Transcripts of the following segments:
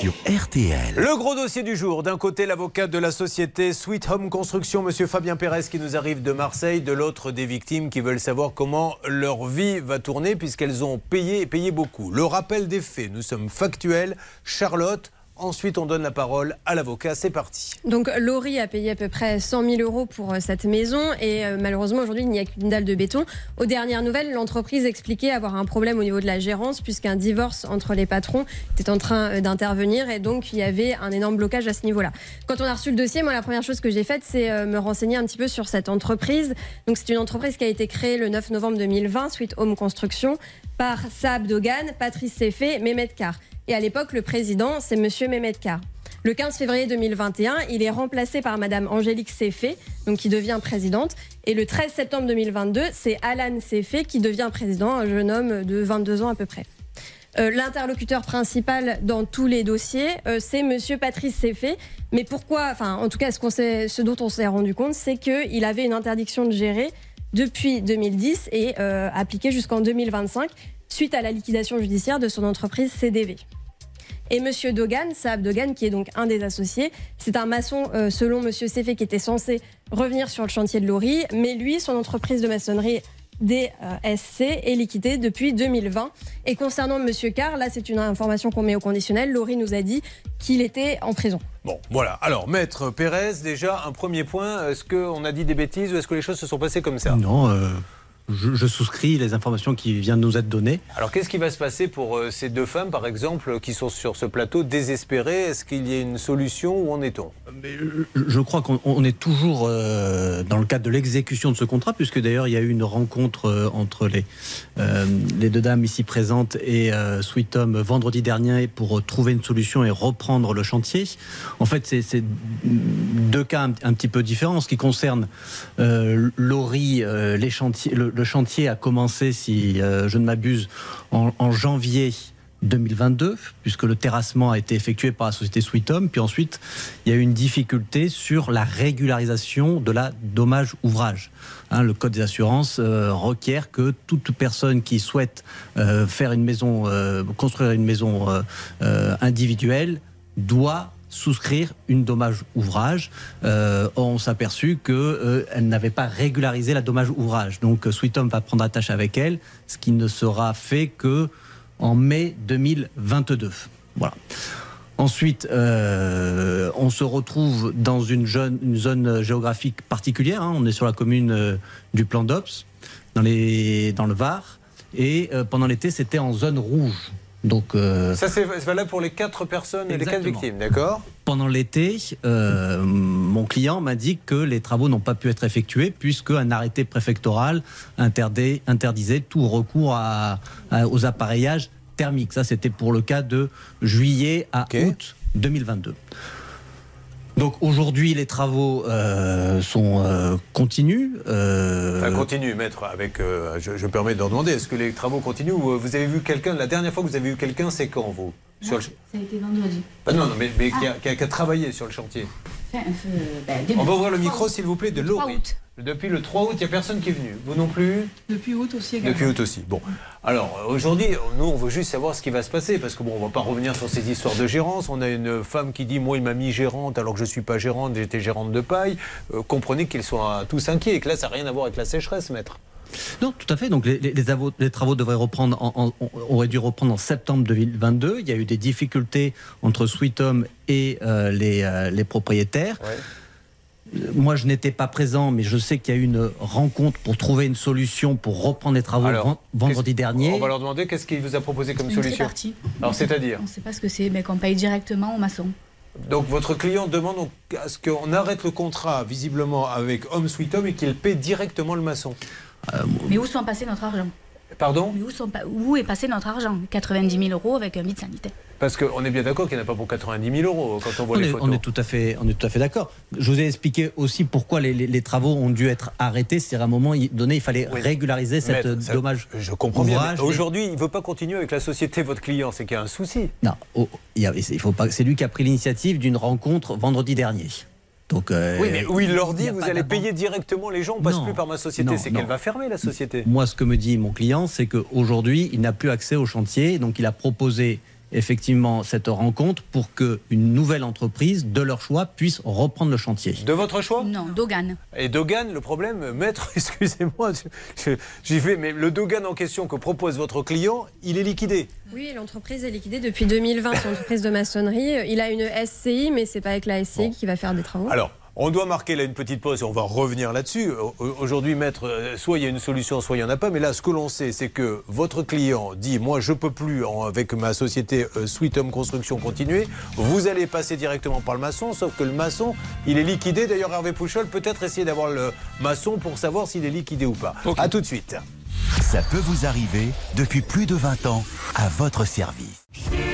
sur RTL. Le gros dossier du jour. D'un côté, l'avocat de la société Sweet Home Construction, monsieur Fabien Pérez, qui nous arrive de Marseille. De l'autre, des victimes qui veulent savoir comment leur vie va tourner puisqu'elles ont payé et payé beaucoup. Le rappel des faits, nous sommes factuels. Charlotte. Ensuite, on donne la parole à l'avocat. C'est parti. Donc, Laurie a payé à peu près 100 000 € pour cette maison et malheureusement, aujourd'hui, il n'y a qu'une dalle de béton. Aux dernières nouvelles, l'entreprise expliquait avoir un problème au niveau de la gérance puisqu'un divorce entre les patrons était en train d'intervenir et donc il y avait un énorme blocage à ce niveau-là. Quand on a reçu le dossier, moi, la première chose que j'ai faite, c'est me renseigner un petit peu sur cette entreprise. Donc, c'est une entreprise qui a été créée le 9 novembre 2020, Sweet Home Construction, par Saab Dogan, Patrice Seffé, Mehmet Kar. Et à l'époque, le président, c'est monsieur Mehmet Kar. Le 15 février 2021, il est remplacé par madame Angélique Seffé, donc qui devient présidente. Et le 13 septembre 2022, c'est Alan Seffé qui devient président, un jeune homme de 22 ans à peu près. L'interlocuteur principal dans tous les dossiers, c'est monsieur Patrice Seffé. Mais pourquoi, en tout cas, ce dont on s'est rendu compte, c'est qu'il avait une interdiction de gérer depuis 2010 et appliquée jusqu'en 2025, suite à la liquidation judiciaire de son entreprise CDV. Et monsieur Dogan, Saab Dogan, qui est donc un des associés, c'est un maçon, selon monsieur Seffé, qui était censé revenir sur le chantier de Laurie, mais lui, son entreprise de maçonnerie DSC est liquidée depuis 2020. Et concernant monsieur Kar, là c'est une information qu'on met au conditionnel, Laurie nous a dit qu'il était en prison. Bon, voilà. Alors, maître Pérez, déjà, un premier point, est-ce qu'on a dit des bêtises ou est-ce que les choses se sont passées comme ça ? Non, je souscris les informations qui viennent nous être données. Alors, qu'est-ce qui va se passer pour ces deux femmes, par exemple, qui sont sur ce plateau désespérées ? Est-ce qu'il y a une solution ? Où en est-on ? Je crois qu'on est toujours dans le cadre de l'exécution de ce contrat, puisque d'ailleurs, il y a eu une rencontre entre les deux dames ici présentes et Sweet Home vendredi dernier pour trouver une solution et reprendre le chantier. En fait, c'est deux cas un petit peu différents. En ce qui concerne Laurie, le chantier a commencé, si je ne m'abuse, en janvier 2022, puisque le terrassement a été effectué par la société Sweet Home. Puis ensuite, il y a eu une difficulté sur la régularisation de la dommage-ouvrage. Le Code des assurances requiert que toute personne qui souhaite construire une maison individuelle doit souscrire une dommage-ouvrage. On s'est aperçu qu'elle n'avait pas régularisé la dommage-ouvrage. Donc Sweet Home va prendre attache avec elle, ce qui ne sera fait qu'en mai 2022. Voilà. Ensuite, on se retrouve dans une zone géographique particulière. On est sur la commune du Plan d'Ops, dans le Var. Et pendant l'été, c'était en zone rouge. Donc, ça, c'est valable pour les 4 personnes et les 4 victimes, d'accord ? Pendant l'été, mon client m'indique que les travaux n'ont pas pu être effectués puisque un arrêté préfectoral interdisait tout recours aux appareillages thermiques. Ça, c'était pour le cas de juillet à août 2022. Donc aujourd'hui, les travaux sont continus. Continue, maître. Je me permets de demander, est-ce que les travaux continuent ou vous avez vu quelqu'un, la dernière fois que vous avez vu quelqu'un, c'est quand vous ? Ça a été vendredi. Mais qui a travaillé sur le chantier. On va ouvrir le micro, s'il vous plaît, de Laurie. Depuis le 3 août, il n'y a personne qui est venu. Vous non plus ? Depuis août aussi également. Depuis août aussi. Bon. Alors, aujourd'hui, nous, on veut juste savoir ce qui va se passer. Parce que on ne va pas revenir sur ces histoires de gérance. On a une femme qui dit, moi, il m'a mis gérante alors que je ne suis pas gérante, j'étais gérante de paille. Comprenez qu'ils soient tous inquiets et que là, ça n'a rien à voir avec la sécheresse, maître. Non, tout à fait. Donc les travaux devraient auraient dû reprendre en septembre 2022. Il y a eu des difficultés entre Sweet Home et les propriétaires. Ouais. Moi, je n'étais pas présent, mais je sais qu'il y a eu une rencontre pour trouver une solution pour reprendre les travaux vendredi dernier. On va leur demander qu'est-ce qu'il vous a proposé comme solution. Tripartie. Alors, c'est-à-dire ? On ne sait pas ce que c'est, mais qu'on paye directement au maçon. Donc, votre client demande à ce qu'on arrête le contrat, visiblement, avec Home Sweet Home et qu'il paie directement le maçon. Mais où sont passés notre argent ? Pardon ? Mais où est passé notre argent ? 90 000 € avec un vide sanitaire. Parce qu'on est bien d'accord qu'il n'y en a pas pour 90 000 € quand on voit les photos. On est tout à fait d'accord. Je vous ai expliqué aussi pourquoi les travaux ont dû être arrêtés. C'est-à-dire à un moment donné, il fallait régulariser cette dommage. Je comprends bien. Aujourd'hui, il ne veut pas continuer avec la société, votre client. C'est qu'il y a un souci. Non, il faut pas. C'est lui qui a pris l'initiative d'une rencontre vendredi dernier. Donc, oui, mais où il leur dit vous allez payer directement les gens, on ne passe plus par ma société, c'est qu'elle va fermer la société. Moi, ce que me dit mon client, c'est qu'aujourd'hui, il n'a plus accès au chantier, donc il a proposé effectivement cette rencontre pour qu'une nouvelle entreprise de leur choix puisse reprendre le chantier. De votre choix ? Non, Dogan. Et Dogan, le problème, maître, excusez-moi, j'y vais, mais le Dogan en question que propose votre client, il est liquidé. Oui, l'entreprise est liquidée depuis 2020, c'est une entreprise de maçonnerie. Il a une SCI, mais c'est pas avec la SCI qui va faire des travaux. Alors, on doit marquer là une petite pause et on va revenir là-dessus. Aujourd'hui, maître, soit il y a une solution, soit il n'y en a pas. Mais là, ce que l'on sait, c'est que votre client dit « Moi, je ne peux plus, avec ma société Sweet Home Construction, continuer. Vous allez passer directement par le maçon, sauf que le maçon, il est liquidé. D'ailleurs, Hervé Pouchol, peut-être essayer d'avoir le maçon pour savoir s'il est liquidé ou pas. Okay. À tout de suite. Ça peut vous arriver depuis plus de 20 ans à votre service.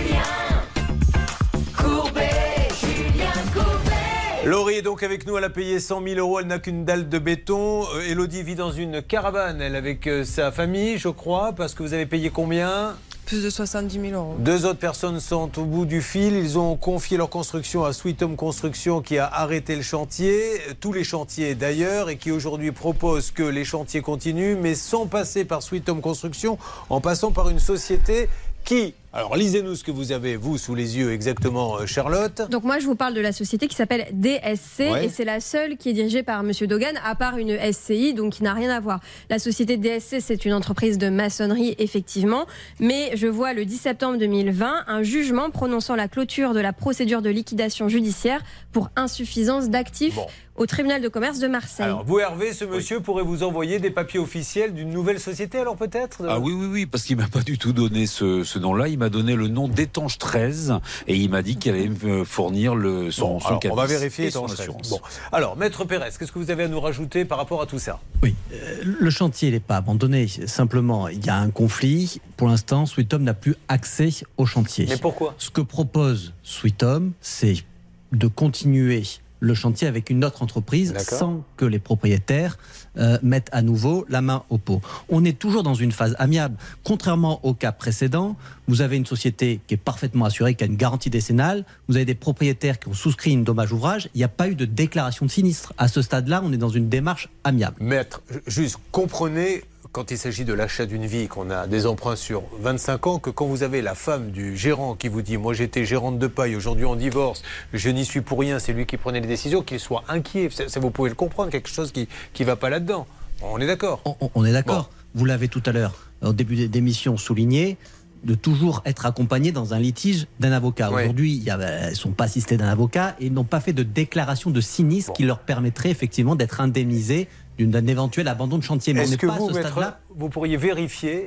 Laurie est donc avec nous, elle a payé 100 000 €, elle n'a qu'une dalle de béton. Élodie vit dans une caravane, elle avec sa famille, je crois, parce que vous avez payé combien ? Plus de 70 000 €. 2 autres personnes sont au bout du fil. Ils ont confié leur construction à Sweet Home Construction qui a arrêté le chantier, tous les chantiers d'ailleurs, et qui aujourd'hui propose que les chantiers continuent, mais sans passer par Sweet Home Construction, en passant par une société qui... Alors, lisez-nous ce que vous avez, vous, sous les yeux exactement, Charlotte. Donc moi, je vous parle de la société qui s'appelle DSC, et c'est la seule qui est dirigée par M. Dogan, à part une SCI, donc qui n'a rien à voir. La société DSC, c'est une entreprise de maçonnerie, effectivement, mais je vois le 10 septembre 2020 un jugement prononçant la clôture de la procédure de liquidation judiciaire pour insuffisance d'actifs au tribunal de commerce de Marseille. Alors, vous, Hervé, ce monsieur pourrait vous envoyer des papiers officiels d'une nouvelle société, alors peut-être ? Ah oui, parce qu'il ne m'a pas du tout donné ce nom-là. Il m'a donné le nom d'Étanche 13 et il m'a dit qu'il allait me fournir son cabis. On va vérifier son Étanche 13. assurance. Bon. Alors, Maître Pérez, qu'est-ce que vous avez à nous rajouter par rapport à tout ça ? Oui, le chantier n'est pas abandonné. Simplement, il y a un conflit. Pour l'instant, Sweet Home n'a plus accès au chantier. Mais pourquoi ? Ce que propose Sweet Home, c'est de continuer le chantier avec une autre entreprise sans que les propriétaires mettent à nouveau la main au pot. On est toujours dans une phase amiable. Contrairement au cas précédent, vous avez une société qui est parfaitement assurée, qui a une garantie décennale, vous avez des propriétaires qui ont souscrit une dommage ouvrage, il n'y a pas eu de déclaration de sinistre. À ce stade-là, on est dans une démarche amiable. Maître, juste comprenez... Quand il s'agit de l'achat d'une vie, qu'on a des emprunts sur 25 ans, que quand vous avez la femme du gérant qui vous dit « Moi j'étais gérante de paille, aujourd'hui on divorce, je n'y suis pour rien, c'est lui qui prenait les décisions », qu'il soit inquiet. Ça, vous pouvez le comprendre, quelque chose qui ne va pas là-dedans. On est d'accord ? On est d'accord. Vous l'avez tout à l'heure, au début d'émission, souligné, de toujours être accompagné dans un litige d'un avocat. Aujourd'hui, ils ne sont pas assistés d'un avocat et ils n'ont pas fait de déclaration de sinistre qui leur permettrait effectivement d'être indemnisés d'un éventuel abandon de chantier. Mais est-ce que pas vous, à ce maître, stade-là. vous pourriez vérifier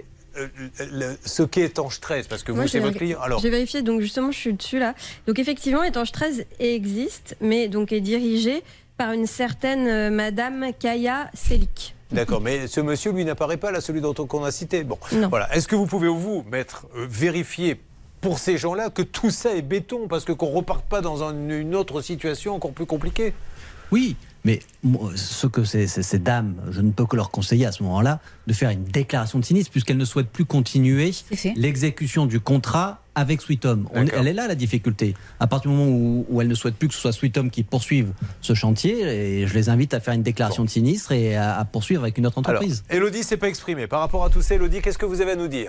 ce qu'est Étanche 13 ? Parce que vous, c'est votre client. Alors... J'ai vérifié, donc justement, je suis dessus là. Donc effectivement, Étanche 13 existe, mais donc est dirigé par une certaine Madame Kaya Selik. D'accord, mais ce monsieur, lui, n'apparaît pas là, celui dont on a cité. Bon, non. Voilà. Est-ce que vous pouvez, vous, maître, vérifier pour ces gens-là que tout ça est béton, parce qu'on ne reparte pas dans une autre situation encore plus compliquée ? Oui, mais ce que ces dames, je ne peux que leur conseiller à ce moment-là de faire une déclaration de sinistre puisqu'elles ne souhaitent plus continuer l'exécution du contrat avec Sweet Home. Elle est là la difficulté. À partir du moment où elles ne souhaitent plus que ce soit Sweet Home qui poursuive ce chantier, et je les invite à faire une déclaration de sinistre et à poursuivre avec une autre entreprise. Alors, Élodie s'est pas exprimée. Par rapport à tout ça, Élodie, qu'est-ce que vous avez à nous dire ?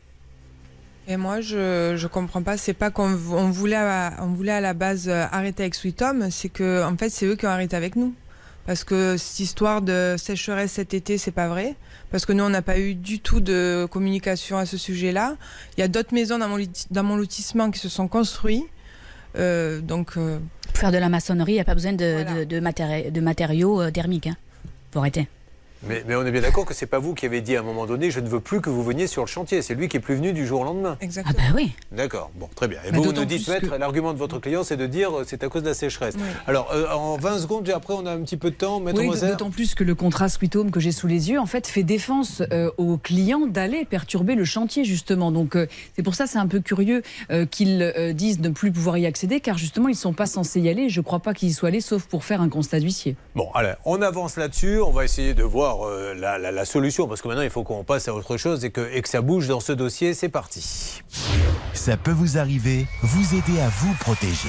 Et moi, je comprends pas. C'est pas qu'on voulait à la base arrêter avec Sweet Home, c'est que en fait c'est eux qui ont arrêté avec nous. Parce que cette histoire de sécheresse cet été, c'est pas vrai. Parce que nous, on n'a pas eu du tout de communication à ce sujet-là. Il y a d'autres maisons dans mon lotissement qui se sont construites. Pour faire de la maçonnerie, il n'y a pas besoin de matériaux thermiques. Faut arrêter. Mais on est bien d'accord que c'est pas vous qui avez dit à un moment donné « Je ne veux plus que vous veniez sur le chantier ». C'est lui qui est plus venu du jour au lendemain. Exactement. Ah bah oui. D'accord, bon, très bien. Et vous nous dites, maître, l'argument de votre client, c'est de dire c'est à cause de la sécheresse. Oui. Alors, en 20 secondes, et après on a un petit peu de temps, maître Moser. D'autant plus que le contrat Sweet Home que j'ai sous les yeux, en fait, fait défense aux clients d'aller perturber le chantier, justement. Donc, c'est pour ça, c'est un peu curieux qu'ils disent ne plus pouvoir y accéder, car justement, ils ne sont pas censés y aller. Je ne crois pas qu'ils y soient allés, sauf pour faire un constat d'huissier. Bon, allez, on avance là-dessus. On va essayer de voir la solution, parce que maintenant, il faut qu'on passe à autre chose et que ça bouge dans ce dossier. C'est parti. Ça peut vous arriver, vous aider à vous protéger.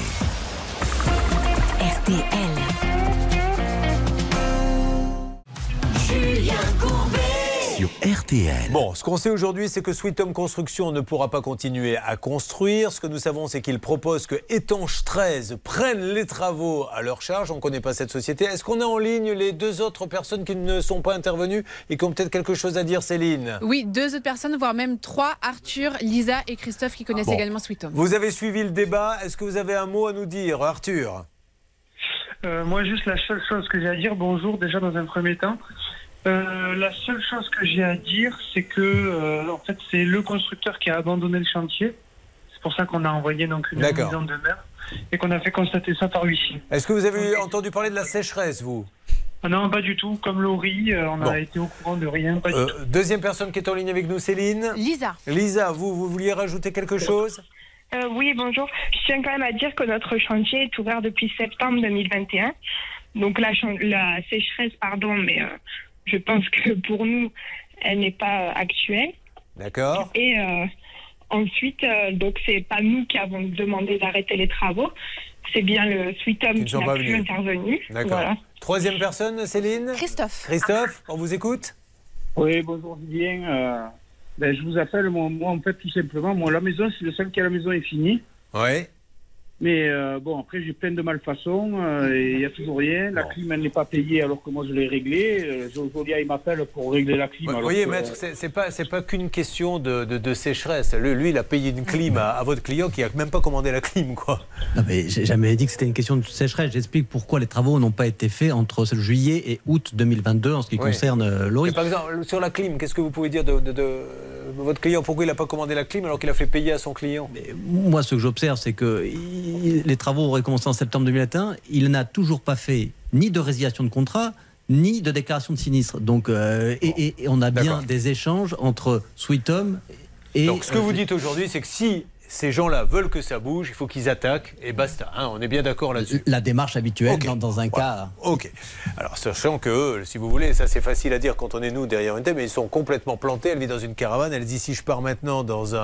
RTL. Julien Courbet. sur RTL. Bon, ce qu'on sait aujourd'hui, c'est que Sweet Home Construction ne pourra pas continuer à construire. Ce que nous savons, c'est qu'ils proposent que Étanges 13 prennent les travaux à leur charge. On ne connaît pas cette société. Est-ce qu'on a en ligne les 2 autres personnes qui ne sont pas intervenues et qui ont peut-être quelque chose à dire, Céline? Oui, 2 autres personnes, voire même 3, Arthur, Lisa et Christophe, qui connaissent également Sweet Home. Vous avez suivi le débat. Est-ce que vous avez un mot à nous dire, Arthur? Moi, juste la seule chose que j'ai à dire, bonjour déjà dans un premier temps. La seule chose que j'ai à dire, c'est que en fait, c'est le constructeur qui a abandonné le chantier. C'est pour ça qu'on a envoyé donc une mise en demeure et qu'on a fait constater ça par l'huissier. Est-ce que vous avez entendu parler de la sécheresse, vous? Non, pas du tout. Comme Laurie, on a été au courant de rien. Pas du tout. Deuxième personne qui est en ligne avec nous, Céline. Lisa. Lisa, vous vouliez rajouter quelque chose? Oui, bonjour. Je tiens quand même à dire que notre chantier est ouvert depuis septembre 2021. Donc la sécheresse, mais je pense que pour nous, elle n'est pas actuelle. D'accord. Et ensuite, donc c'est pas nous qui avons demandé d'arrêter les travaux. C'est bien le Sweet Home qui n'a plus intervenu. D'accord. Voilà. Troisième personne, Céline. Christophe. Christophe, on vous écoute? Oui, bonjour Julien. Je vous appelle, moi en fait tout simplement, la maison, c'est le seul qui a la maison est finie. Oui. Mais après j'ai plein de malfaçons et il n'y a toujours rien. La clim elle n'est pas payée alors que moi je l'ai réglée. Jolia il m'appelle pour régler la clim. Vous voyez maître, c'est pas qu'une question de sécheresse. Lui il a payé une clim à votre client qui n'a même pas commandé la clim, quoi. Non mais j'ai jamais dit que c'était une question de sécheresse. J'explique pourquoi les travaux n'ont pas été faits entre juillet et août 2022 en ce qui concerne Laurie. Par exemple sur la clim, qu'est-ce que vous pouvez dire de votre client? Pourquoi il n'a pas commandé la clim alors qu'il a fait payer à son client? Moi ce que j'observe c'est que les travaux auraient commencé en septembre 2021. Il n'a toujours pas fait ni de résiliation de contrat, ni de déclaration de sinistre. Donc, et on a bien des échanges entre Sweet Home et... Donc, ce que vous dites aujourd'hui, c'est que si ces gens-là veulent que ça bouge, il faut qu'ils attaquent et basta. Hein, on est bien d'accord là-dessus. La démarche habituelle dans un cas... Ok. Alors, sachant que, si vous voulez, ça c'est facile à dire quand on est nous derrière une tête, mais ils sont complètement plantés. Elle vit dans une caravane. Elle dit, si je pars maintenant dans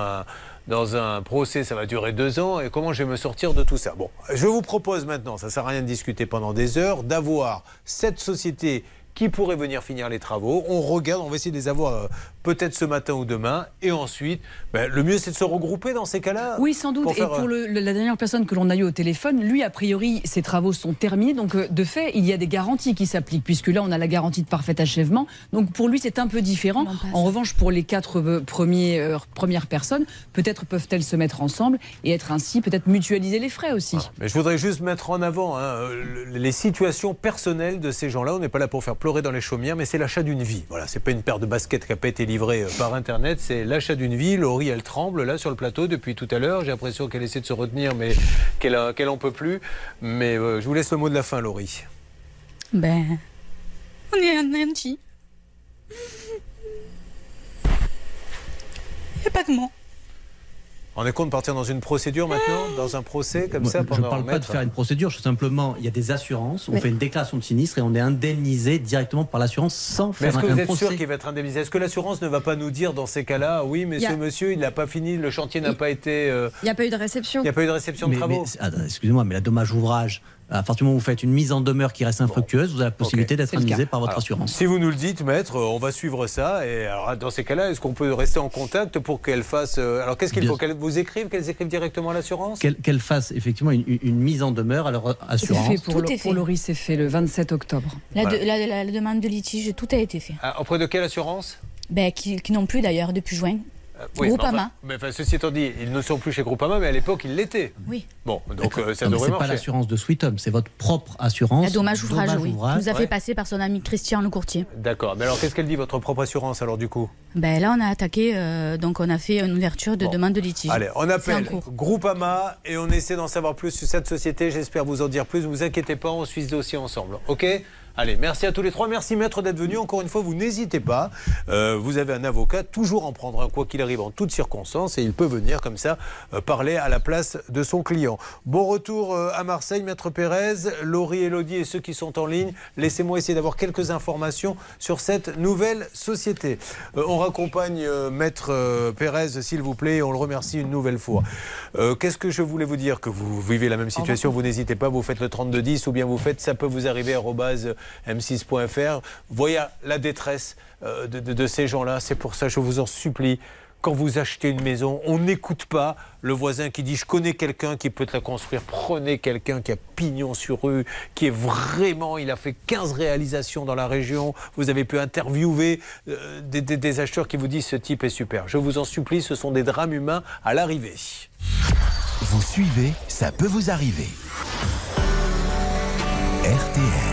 un procès, ça va durer 2 ans, et comment je vais me sortir de tout ça? Bon, je vous propose maintenant, ça ne sert à rien de discuter pendant des heures, d'avoir cette société qui pourrait venir finir les travaux. On regarde, on va essayer de les avoir peut-être ce matin ou demain, et ensuite, le mieux c'est de se regrouper dans ces cas-là. Oui, sans doute. Et pour la dernière personne que l'on a eue au téléphone, lui, a priori, ses travaux sont terminés. Donc, de fait, il y a des garanties qui s'appliquent, puisque là, on a la garantie de parfait achèvement. Donc, pour lui, c'est un peu différent. En revanche, pour les 4 premières personnes, peut-être peuvent-elles se mettre ensemble et être ainsi, peut-être mutualiser les frais aussi. Mais je voudrais juste mettre en avant les situations personnelles de ces gens-là. On n'est pas là pour faire pleurer dans les chaumières, mais c'est l'achat d'une vie. Voilà, c'est pas une paire de baskets qui n'a pas été livrée par Internet, c'est l'achat d'une vie. Laurie, elle tremble là sur le plateau depuis tout à l'heure. J'ai l'impression qu'elle essaie de se retenir, mais qu'elle en peut plus. Mais je vous laisse le mot de la fin, Laurie. On est anéantis. Il n'y a pas que moi. On est compte de partir dans une procédure maintenant, dans un procès comme ça pendant Je ne parle pas de faire une procédure, simplement il y a des assurances, on fait une déclaration de sinistre et on est indemnisé directement par l'assurance sans faire un procès. Est-ce que vous êtes sûr qu'il va être indemnisé? Est-ce que l'assurance ne va pas nous dire dans ces cas-là, oui mais ce monsieur il n'a pas fini, le chantier n'a pas été... Il n'y a pas eu de réception. Il n'y a pas eu de réception de travaux. Excusez-moi, mais la dommage ouvrage, à partir du moment où vous faites une mise en demeure qui reste infructueuse, vous avez la possibilité d'être indemnisé par votre assurance. Si vous nous le dites, maître, on va suivre ça. Et alors, dans ces cas-là, est-ce qu'on peut rester en contact pour qu'elle fasse... alors qu'est-ce qu'il faut qu'elle vous écrive, qu'elles écrivent directement à l'assurance? Qu'elle fasse effectivement une mise en demeure à leur assurance. Pour Laurie, c'est fait le 27 octobre. La demande de litige, tout a été fait. Auprès de quelle assurance? Qui n'ont plus d'ailleurs depuis juin. Groupama. Ceci étant dit, ils ne sont plus chez Groupama, mais à l'époque, ils l'étaient. Oui. Bon, donc ça devrait marcher. C'est pas l'assurance de Sweet Home, c'est votre propre assurance. La dommage ouvrage, oui. Qui nous a fait passer par son ami Christian, le courtier. D'accord. Mais alors, qu'est-ce qu'elle dit, votre propre assurance, alors, du coup? Là, on a attaqué, donc on a fait une ouverture de demande de litige. Allez, on appelle Groupama et on essaie d'en savoir plus sur cette société. J'espère vous en dire plus. Ne vous inquiétez pas, on suit ce dossier ensemble. OK? Allez, merci à tous les trois. Merci, maître, d'être venu. Encore une fois, vous n'hésitez pas. Vous avez un avocat, toujours en prendre un, quoi qu'il arrive, en toutes circonstances. Et il peut venir, comme ça, parler à la place de son client. Bon retour à Marseille, maître Pérez, Laurie, Elodie et ceux qui sont en ligne. Laissez-moi essayer d'avoir quelques informations sur cette nouvelle société. On raccompagne maître Pérez, s'il vous plaît, et on le remercie une nouvelle fois. Qu'est-ce que je voulais vous dire? Que vous vivez la même situation, vous n'hésitez pas, vous faites le 3210 ou bien vous faites ça peut vous arriver m6.fr. Voyez la détresse de ces gens-là. C'est pour ça, je vous en supplie. Quand vous achetez une maison, on n'écoute pas le voisin qui dit « je connais quelqu'un qui peut te la construire ». Prenez quelqu'un qui a pignon sur rue, qui est vraiment... Il a fait 15 réalisations dans la région. Vous avez pu interviewer des acheteurs qui vous disent « ce type est super ». Je vous en supplie, ce sont des drames humains à l'arrivée. Vous suivez, ça peut vous arriver. RTL.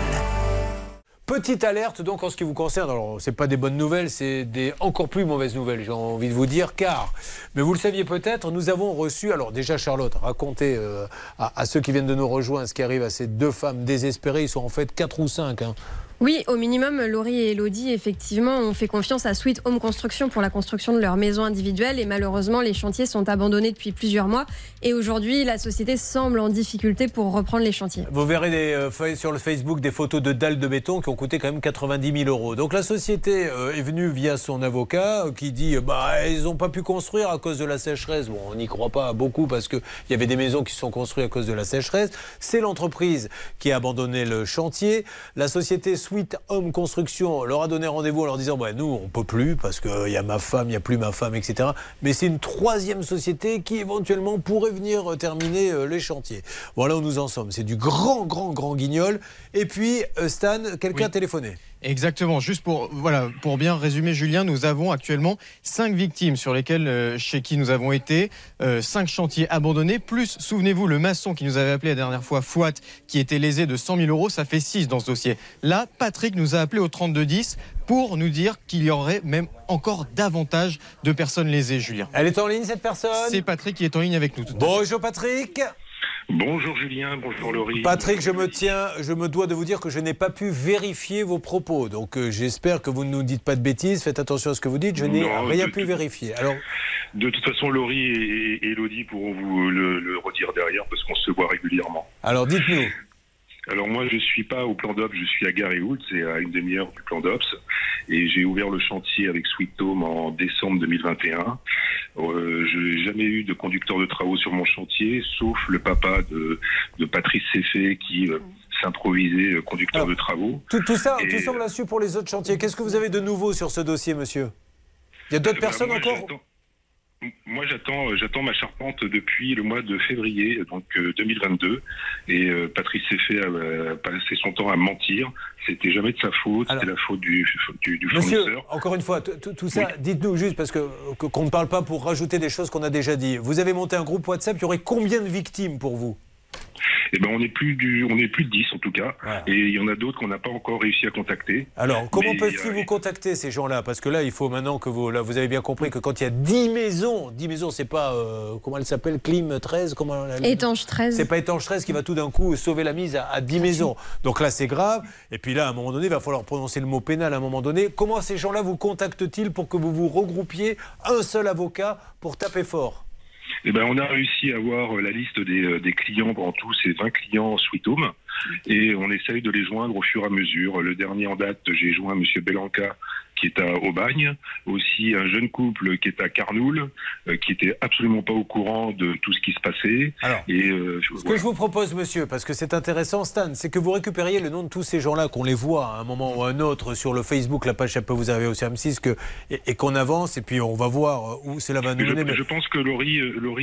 Petite alerte donc en ce qui vous concerne. Alors, c'est pas des bonnes nouvelles, c'est des encore plus mauvaises nouvelles, j'ai envie de vous dire, car, mais vous le saviez peut-être, nous avons reçu, alors déjà Charlotte, racontez à ceux qui viennent de nous rejoindre ce qui arrive à ces deux femmes désespérées, ils sont en fait 4 ou 5. Oui, au minimum, Laurie et Elodie, effectivement, ont fait confiance à Sweet Home Construction pour la construction de leur maison individuelle et malheureusement, les chantiers sont abandonnés depuis plusieurs mois et aujourd'hui, la société semble en difficulté pour reprendre les chantiers. Vous verrez sur le Facebook des photos de dalles de béton qui ont coûté quand même 90 000 €. Donc la société est venue via son avocat qui dit ils n'ont pas pu construire à cause de la sécheresse. Bon, on n'y croit pas beaucoup parce qu'il y avait des maisons qui se sont construites à cause de la sécheresse. C'est l'entreprise qui a abandonné le chantier. La société Sweet Home Construction leur a donné rendez-vous en leur disant nous on peut plus parce qu'il y a ma femme, il n'y a plus ma femme, etc. Mais c'est une troisième société qui éventuellement pourrait venir terminer les chantiers. Voilà où nous en sommes. C'est du grand guignol. Et puis Stan, quelqu'un a téléphoné. Exactement. Juste pour bien résumer, Julien, nous avons actuellement 5 victimes chez qui nous avons été, 5 chantiers abandonnés, plus, souvenez-vous, le maçon qui nous avait appelé la dernière fois, Fouad, qui était lésé de 100 000 €, ça fait 6 dans ce dossier. Là, Patrick nous a appelé au 3210 pour nous dire qu'il y aurait même encore davantage de personnes lésées, Julien. Elle est en ligne, cette personne ? C'est Patrick qui est en ligne avec nous. Bonjour Patrick. Bonjour Julien, bonjour Laurie. Patrick, je me dois de vous dire que je n'ai pas pu vérifier vos propos. Donc j'espère que vous ne nous dites pas de bêtises. Faites attention à ce que vous dites. Je n'ai rien pu vérifier. Alors, de toute façon, Laurie et Elodie pourront vous le redire derrière parce qu'on se voit régulièrement. Alors dites-nous. Alors moi, je ne suis pas au plan d'Ops, je suis à Gare-et-Hout, c'est à une demi-heure du plan d'Ops. Et j'ai ouvert le chantier avec Sweet Home en décembre 2021. Je n'ai jamais eu de conducteur de travaux sur mon chantier, sauf le papa de Patrice Ceffé qui s'improvisait conducteur de travaux. Tout ça, on l'a su pour les autres chantiers. Qu'est-ce que vous avez de nouveau sur ce dossier, monsieur ? Il y a d'autres personnes encore ? Moi, j'attends ma charpente depuis le mois de février, donc 2022. Et Patrice Ceffé a passé son temps à mentir. C'était jamais de sa faute, c'était la faute du monsieur, fournisseur. Encore une fois, tout ça, dites-nous juste, parce qu'on ne parle pas pour rajouter des choses qu'on a déjà dit. Vous avez monté un groupe WhatsApp, il y aurait combien de victimes pour vous ? Eh ben, on est plus de 10 en tout cas. Voilà. Et il y en a d'autres qu'on n'a pas encore réussi à contacter. Alors, comment peuvent-ils vous contacter, ces gens-là ? Parce que là, il faut maintenant que vous avez bien compris que quand il y a 10 maisons, c'est pas, comment elle s'appelle, Clim 13 Étanche 13. C'est pas Étanche 13 qui va tout d'un coup sauver la mise à 10 maisons. Donc là, c'est grave. Et puis là, à un moment donné, il va falloir prononcer le mot pénal à un moment donné. Comment ces gens-là vous contactent-ils pour que vous vous regroupiez un seul avocat pour taper fort ? Eh ben, on a réussi à avoir la liste des clients, en tout, c'est 20 clients Sweet Home, et on essaye de les joindre au fur et à mesure. Le dernier en date, j'ai joint M. Belanca, qui est à Aubagne, aussi un jeune couple qui est à Carnoul, qui était absolument pas au courant de tout ce qui se passait. Alors, ce que je vous propose, monsieur, parce que c'est intéressant, Stan, c'est que vous récupériez le nom de tous ces gens-là, qu'on les voit à un moment ou à un autre sur le Facebook, la page, ça peut vous arriver aussi à M6, et qu'on avance, et puis on va voir où cela va nous mener. Je pense que Laurie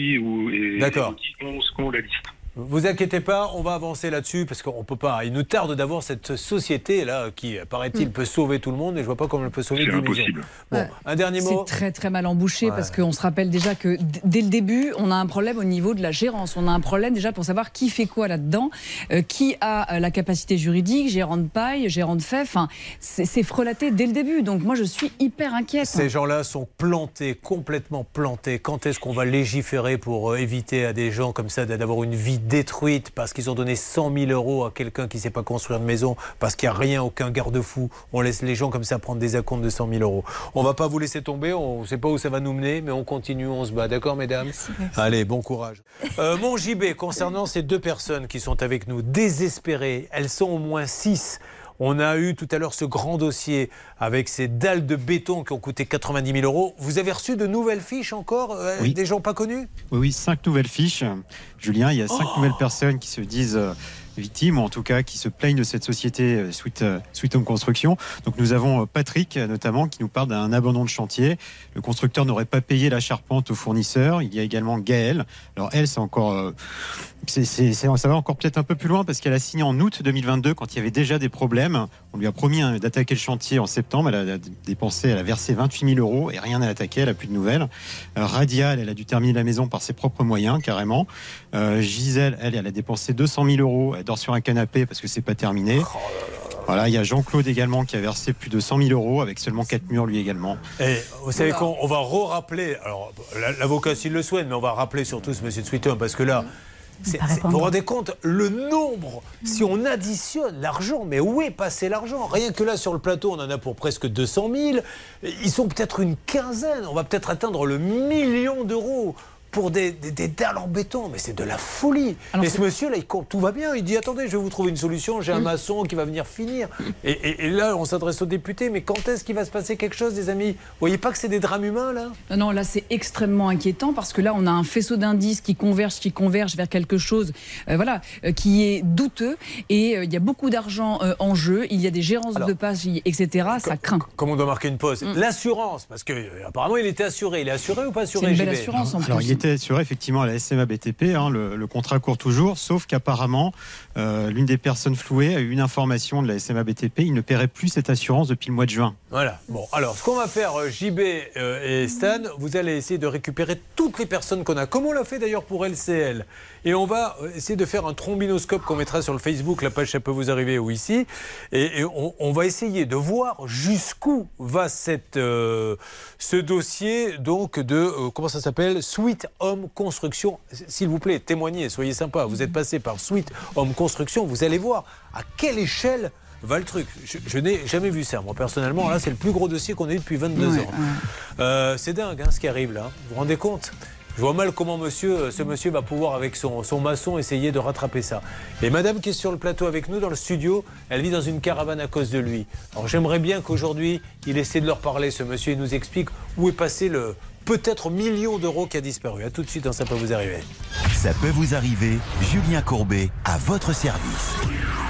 et Elodie ont la liste. Vous inquiétez pas, on va avancer là-dessus parce qu'on peut pas. Il nous tarde d'avoir cette société-là qui, paraît-il, peut sauver tout le monde et je vois pas comment elle peut sauver 10 maisons. Bon, un dernier mot. C'est très très mal embouché parce qu'on se rappelle déjà que dès le début, on a un problème au niveau de la gérance. On a un problème déjà pour savoir qui fait quoi là-dedans, qui a la capacité juridique, gérant de paille, gérant de fait. Enfin, c'est frelaté dès le début. Donc moi, je suis hyper inquiète. Ces gens-là sont plantés, complètement plantés. Quand est-ce qu'on va légiférer pour éviter à des gens comme ça d'avoir une vie détruite parce qu'ils ont donné 100 000 € à quelqu'un qui ne sait pas construire de maison, parce qu'il n'y a rien, aucun garde-fou. On laisse les gens comme ça prendre des acomptes de 100 000 €. On ne va pas vous laisser tomber, on ne sait pas où ça va nous mener, mais on continue, on se bat. D'accord, mesdames ? Merci. Allez, bon courage. Mon JB, concernant ces deux personnes qui sont avec nous, désespérées, elles sont au moins 6. On a eu tout à l'heure ce grand dossier avec ces dalles de béton qui ont coûté 90 000 €. Vous avez reçu de nouvelles fiches encore des gens pas connus ? Oui, 5 nouvelles fiches. Julien, il y a 5 nouvelles personnes qui se disent victimes, ou en tout cas qui se plaignent de cette société Sweet Home Construction. Donc nous avons Patrick notamment qui nous parle d'un abandon de chantier. Le constructeur n'aurait pas payé la charpente au fournisseur. Il y a également Gaëlle. Alors elle, c'est encore... ça va encore peut-être un peu plus loin parce qu'elle a signé en août 2022 quand il y avait déjà des problèmes. On lui a promis d'attaquer le chantier en septembre. Elle a versé 28 000 euros et rien n'a attaqué. Elle n'a plus de nouvelles. Radia, elle a dû terminer la maison par ses propres moyens, carrément. Gisèle, elle a dépensé 200 000 euros. Elle dort sur un canapé parce que c'est pas terminé. Voilà, il y a Jean-Claude également qui a versé plus de 100 000 euros avec seulement 4 murs lui également. Et vous savez qu'on va rappeler, alors l'avocat s'il le souhaite, mais on va rappeler surtout ce monsieur de Sweet Home parce que là, vous vous rendez compte le nombre, si on additionne l'argent, mais où est passé l'argent? Rien que là sur le plateau, on en a pour presque 200 000. Ils sont peut-être une quinzaine, on va peut-être atteindre le 1 million d'euros. Pour des dalles en béton, mais c'est de la folie. Alors, et ce monsieur là, il compte, tout va bien, il dit attendez, je vais vous trouver une solution, j'ai un maçon qui va venir finir. Et là, on s'adresse aux députés, mais quand est-ce qu'il va se passer quelque chose, des amis? Vous voyez pas que c'est des drames humains là? Non, là c'est extrêmement inquiétant parce que là on a un faisceau d'indices qui convergent vers quelque chose, qui est douteux et il y a beaucoup d'argent en jeu, il y a des gérances de passe, etc. Ça craint. Comme on doit marquer une pause, l'assurance, parce que apparemment il était assuré, il est assuré ou pas assuré? C'est une belle assurance en plus. Alors, il était assuré effectivement à la SMA BTP, le contrat court toujours, sauf qu'apparemment l'une des personnes flouées a eu une information de la SMA BTP, il ne paierait plus cette assurance depuis le mois de juin. Voilà, bon, alors ce qu'on va faire, JB et Stan, vous allez essayer de récupérer toutes les personnes qu'on a, comme on l'a fait d'ailleurs pour LCL, et on va essayer de faire un trombinoscope qu'on mettra sur le Facebook, la page ça peut vous arriver ou ici, et on va essayer de voir jusqu'où va ce dossier donc de, comment ça s'appelle, Sweet Home Construction. S'il vous plaît, témoignez, soyez sympa. Vous êtes passé par Sweet Home Construction, vous allez voir à quelle échelle va le truc. Je n'ai jamais vu ça. Moi, personnellement, là, c'est le plus gros dossier qu'on a eu depuis 22 ans. C'est dingue, ce qui arrive là. Vous vous rendez compte? Je vois mal comment ce monsieur va pouvoir, avec son maçon, essayer de rattraper ça. Et madame qui est sur le plateau avec nous, dans le studio, elle vit dans une caravane à cause de lui. Alors j'aimerais bien qu'aujourd'hui, il essaie de leur parler, ce monsieur, et nous explique où est passé le peut-être million d'euros qui a disparu. A tout de suite dans Ça peut vous arriver. Ça peut vous arriver, Julien Courbet, à votre service.